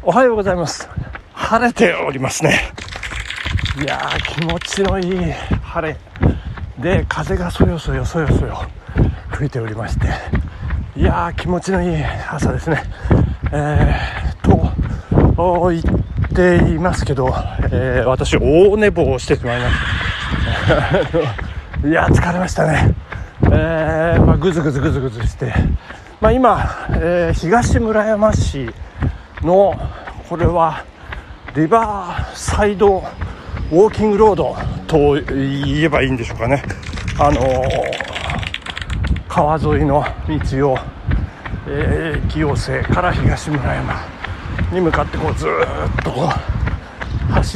おはようございます。晴れておりますね。いやー、気持ちのいい晴れで、風がそよそよ吹いておりまして、いやー、気持ちのいい朝ですね。と言っていますけど、私大寝坊をしてしまいましたいやー、疲れましたね。ぐずぐずして、今、東村山市のこれはリバーサイドウォーキングロードと言えばいいんでしょうかね。川沿いの道を、清瀬から東村山に向かってずっと走って、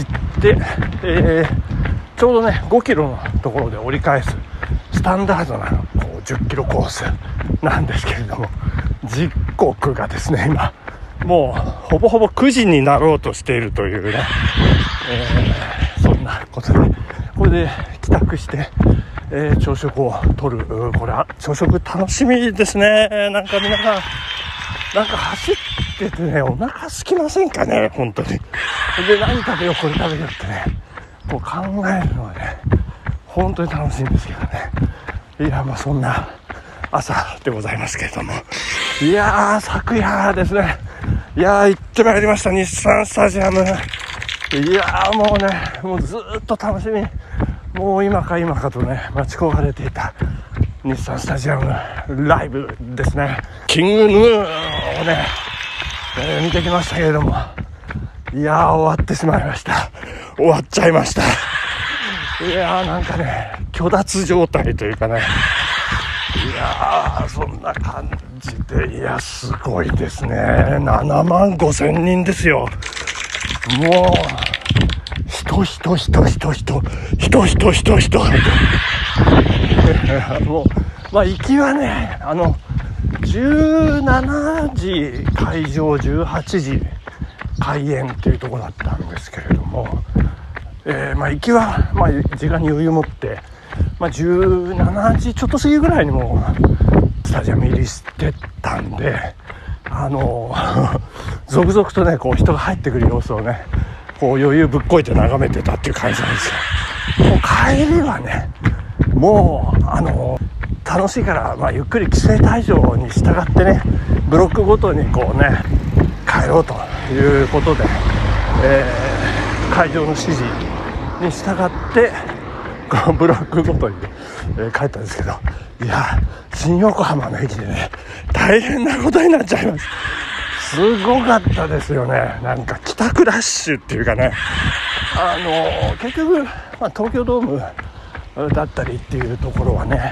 ちょうどね5キロのところで折り返すスタンダードな10キロコースなんですけれども、時刻がですね今もうほぼ9時になろうとしているというね、そんなことで、これで帰宅して、朝食をとる。これは朝食楽しみですね。なんか皆さん走っててね、お腹空きませんかね、本当に。で、何食べようこれ食べようってね考えるのはね本当に楽しいんですけどね。いや、そんな朝でございますけれども、いやー、昨夜ですね、いやー、行ってまいりました、日産スタジアム。いやー、もうずっと楽しみ、もう今かとね待ち焦がれていた日産スタジアムライブですね。キングヌーをね、見てきましたけれども、いやー、終わってしまいました。終わっちゃいました。いやー、なんかね虚脱状態というかね、いやー、そんな感じで、いや、すごいですね。7万5千人ですよ。もう人もう、行きはね17時開場18時開演っていうところだったんですけれども、行きは時間に余裕持って、17時ちょっと過ぎぐらいにもうスタジアム入りしてたんで、続々とね人が入ってくる様子をね余裕ぶっこいて眺めてたっていう感じなんですよ。もう帰りはねもう楽しいから、ゆっくり規制退場に従ってね、ブロックごとに帰ろうということで、会場の指示に従ってブロックごとに、帰ったんですけど、いや、新横浜の駅でね大変なことになっちゃいます。すごかったですよね。なんか帰宅ラッシュっていうかね、結局、東京ドームだったりっていうところはね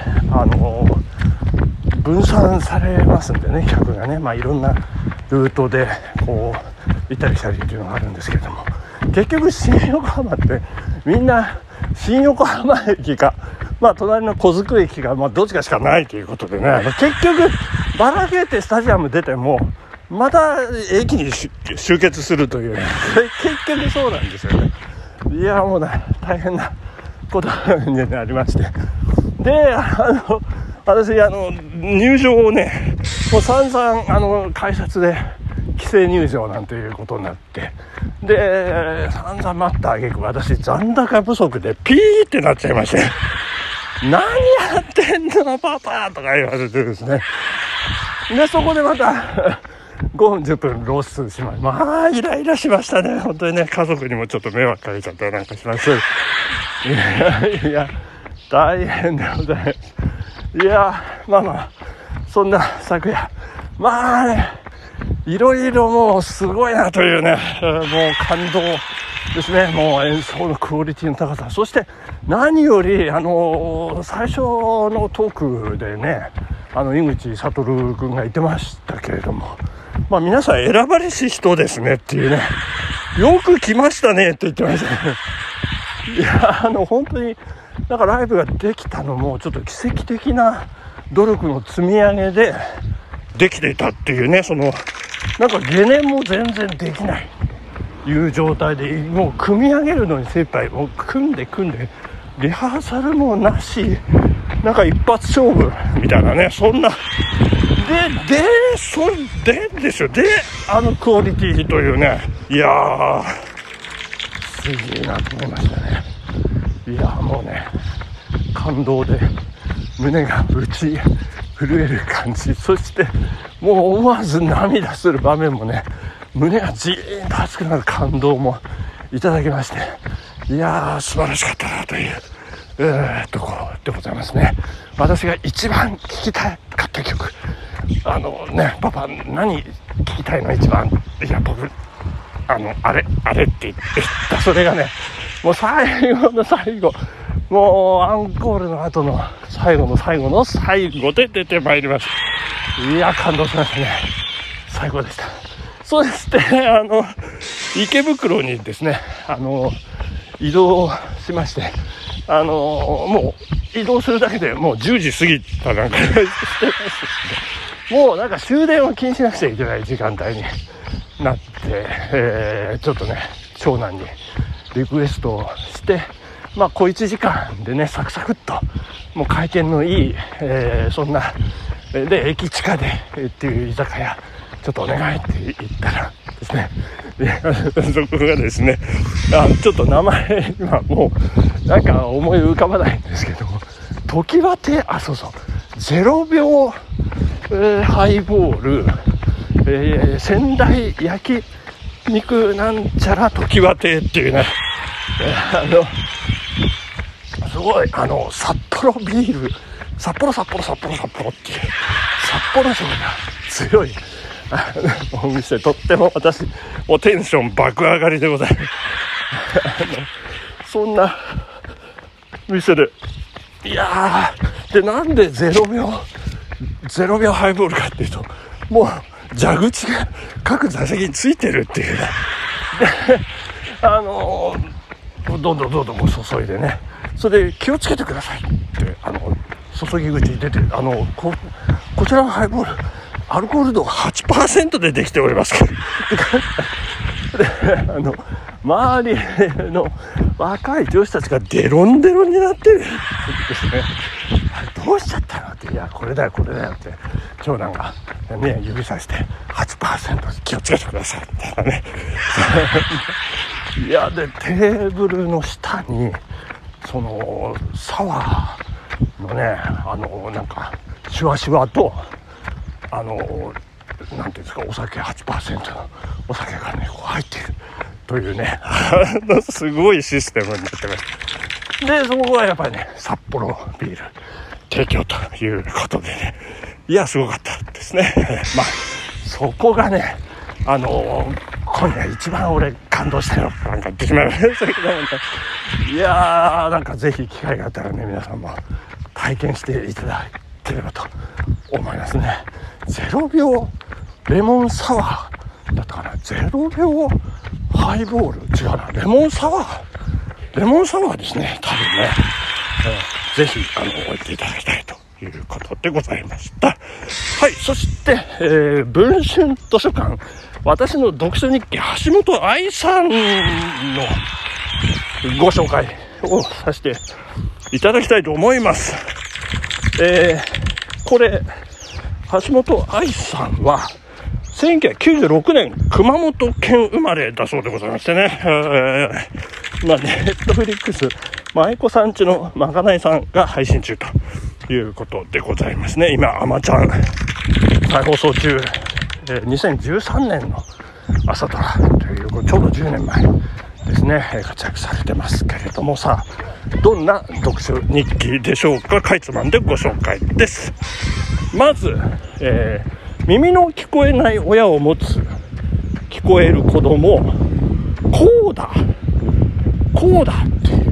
分散されますんでね、客がね、いろんなルートで行ったり来たりっていうのがあるんですけれども、結局新横浜ってみんな新横浜駅か、隣の小机駅がどっちかしかないということでね、結局ばらけてスタジアム出てもまた駅に集結するという、ね、結局そうなんですよね。いや、もう大変なことになりまして、で私入場をねもう散々改札で規制入場なんていうことになって、で散々待った挙句、私残高不足でピーってなっちゃいまして何やってんのパパとか言われてですね、でそこでまた5分10分ロスしまい、イライラしましたね、本当にね。家族にもちょっと迷惑かけちゃったりなんかしました。いや大変でございます。いやそんな昨夜いろいろもうすごいなというね、もう感動ですね。もう演奏のクオリティの高さ、そして何より最初のトークでね井口悟君が言ってましたけれども、皆さん選ばれし人ですねっていうね、よく来ましたねって言ってましたね。いや本当にライブができたのもちょっと奇跡的な努力の積み上げでできていたっていうね、ゲネも全然できないいう状態で、もう組み上げるのに精一杯、もう組んでリハーサルもなし、 なんか一発勝負みたいなね、そんなそれでですよ。でクオリティというね、いやーすげえなと思いましたね。いやもうね、感動で胸が打ち震える感じ、そしてもう思わず涙する場面もね、胸がじーんと熱くなる感動もいただきまして、いやー素晴らしかったなというところでございますね。私が一番聴きたかった曲、パパ何聴きたいの一番、いや僕あれって言ったそれがね、もう最後の最後、もうアンコールの後の最後の最後の最後で出てまいりました。いや感動しましたね。最高でした。そして池袋にですね移動しまして、もう移動するだけでもう10時過ぎたなんかしてますので、もうなんか終電を気にしなくちゃいけない時間帯になって、ちょっとね長男にリクエストをして、小1時間でねサクサクっともう回転のいい、そんなで駅地下でっていう居酒屋ちょっとお願いって言ったらですね、そこがですねちょっと名前今もうなんか思い浮かばないんですけども、時は亭、そう0秒、ハイボール、仙台焼肉なんちゃら時は亭っていうね、すごい札幌ビール、札幌っていう札幌城が強いお店、とっても私もテンション爆上がりでございますそんな店で、いやーでなんで0秒ハイボールかっていうと、もう蛇口が各座席についてるっていうねどんどんもう注いでね、それで気をつけてくださいって注ぎ口に出てるこちらのハイボールアルコール度が 8% でできておりますで周りの若い女子たちがデロンデロンになってるんですね。どうしちゃったのって、いやこれだよって長男がね指さして 8% 気をつけてくださいみたいなねいやでテーブルの下にそのサワーのねなんかシュワシュワとなんていうんですか、お酒 8% のお酒がねこう入っているというねすごいシステムになってます。でそこはやっぱりね札幌ビール提供ということでね、いやすごかったですねそこがね今夜一番俺感動したよなんか言ってしまいましたけど、いやーなんかぜひ機会があったらね皆さんも体験していただければと思いますね。0秒レモンサワーだったかな、0秒ハイボール違うな、レモンサワーですね多分ね、ぜひ置いていただきたいということでございました。はい、そして、文春図書館、私の読書日記橋本愛さんのご紹介をさせていただきたいと思います。これ橋本愛さんは1996年熊本県生まれだそうでございましてね、ネットフリックス舞妓さんちのまかないさんが配信中ということでございますね。今アマちゃん再放送中、2013年の朝ドラというちょうど10年前ですね、活躍されてますけれども、さあどんな読書日記でしょうか。かいつまんでご紹介です。まず、耳の聞こえない親を持つ聞こえる子供コーダっていう、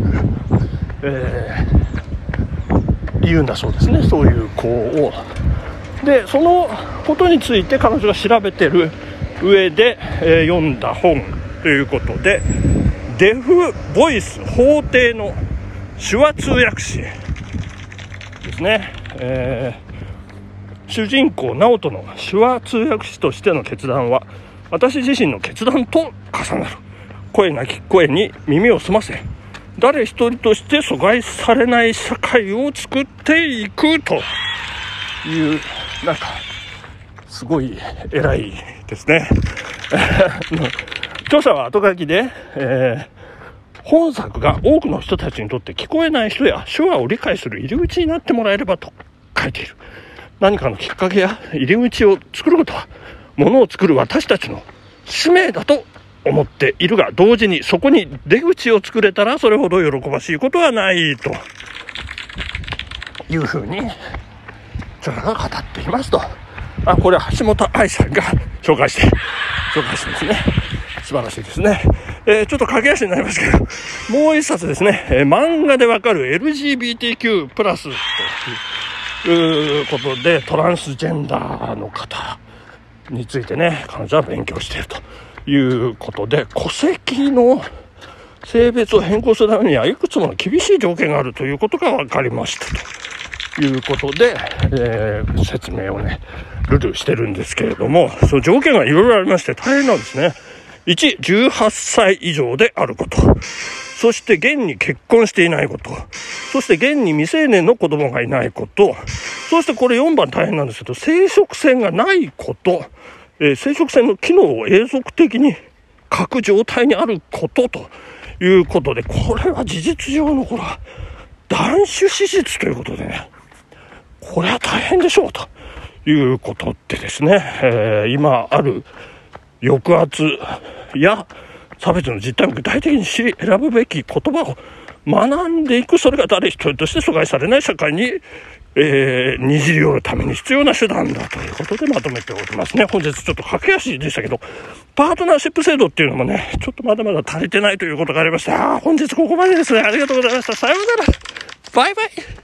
言うんだそうですね。そういう子をでそのことについて彼女が調べてる上で、読んだ本ということで、デフボイス法廷の手話通訳士ですね。主人公直人の手話通訳士としての決断は私自身の決断と重なる。声なき声に耳を澄ませ、 誰一人として阻害されない社会を作っていくという、なんかすごい偉いですね。著者は後書きで、本作が多くの人たちにとって聞こえない人や手話を理解する入り口になってもらえればと書いている。何かのきっかけや入り口を作ることはものを作る私たちの使命だと思っているが、同時にそこに出口を作れたらそれほど喜ばしいことはないというふうに著者が語っていますと。これは橋本愛さんが紹介してですね。素晴らしいですね。ちょっと駆け足になりますけど、もう一冊ですね、漫画でわかる LGBTQ+ ということで、トランスジェンダーの方についてね、彼女は勉強しているということで、戸籍の性別を変更するためにはいくつもの厳しい条件があるということが分かりましたということで、説明をねルルしてるんですけれども、その条件がいろいろありまして大変なんですね。1、18歳以上であること、そして現に結婚していないこと、そして現に未成年の子供がいないこと、そしてこれ4番大変なんですけど、生殖腺がないこと、生殖腺の機能を永続的に欠く状態にあることということで、これは事実上の断種手術ということでね、これは大変でしょうということでですね、今ある抑圧や差別の実態を具体的に知り選ぶべき言葉を学んでいく、それが誰一人として阻害されない社会に、にじり寄るために必要な手段だということでまとめておりますね。本日ちょっと駆け足でしたけど、パートナーシップ制度っていうのもねちょっとまだまだ足りてないということがありました。本日ここまでですね。ありがとうございました。さようなら。バイバイ。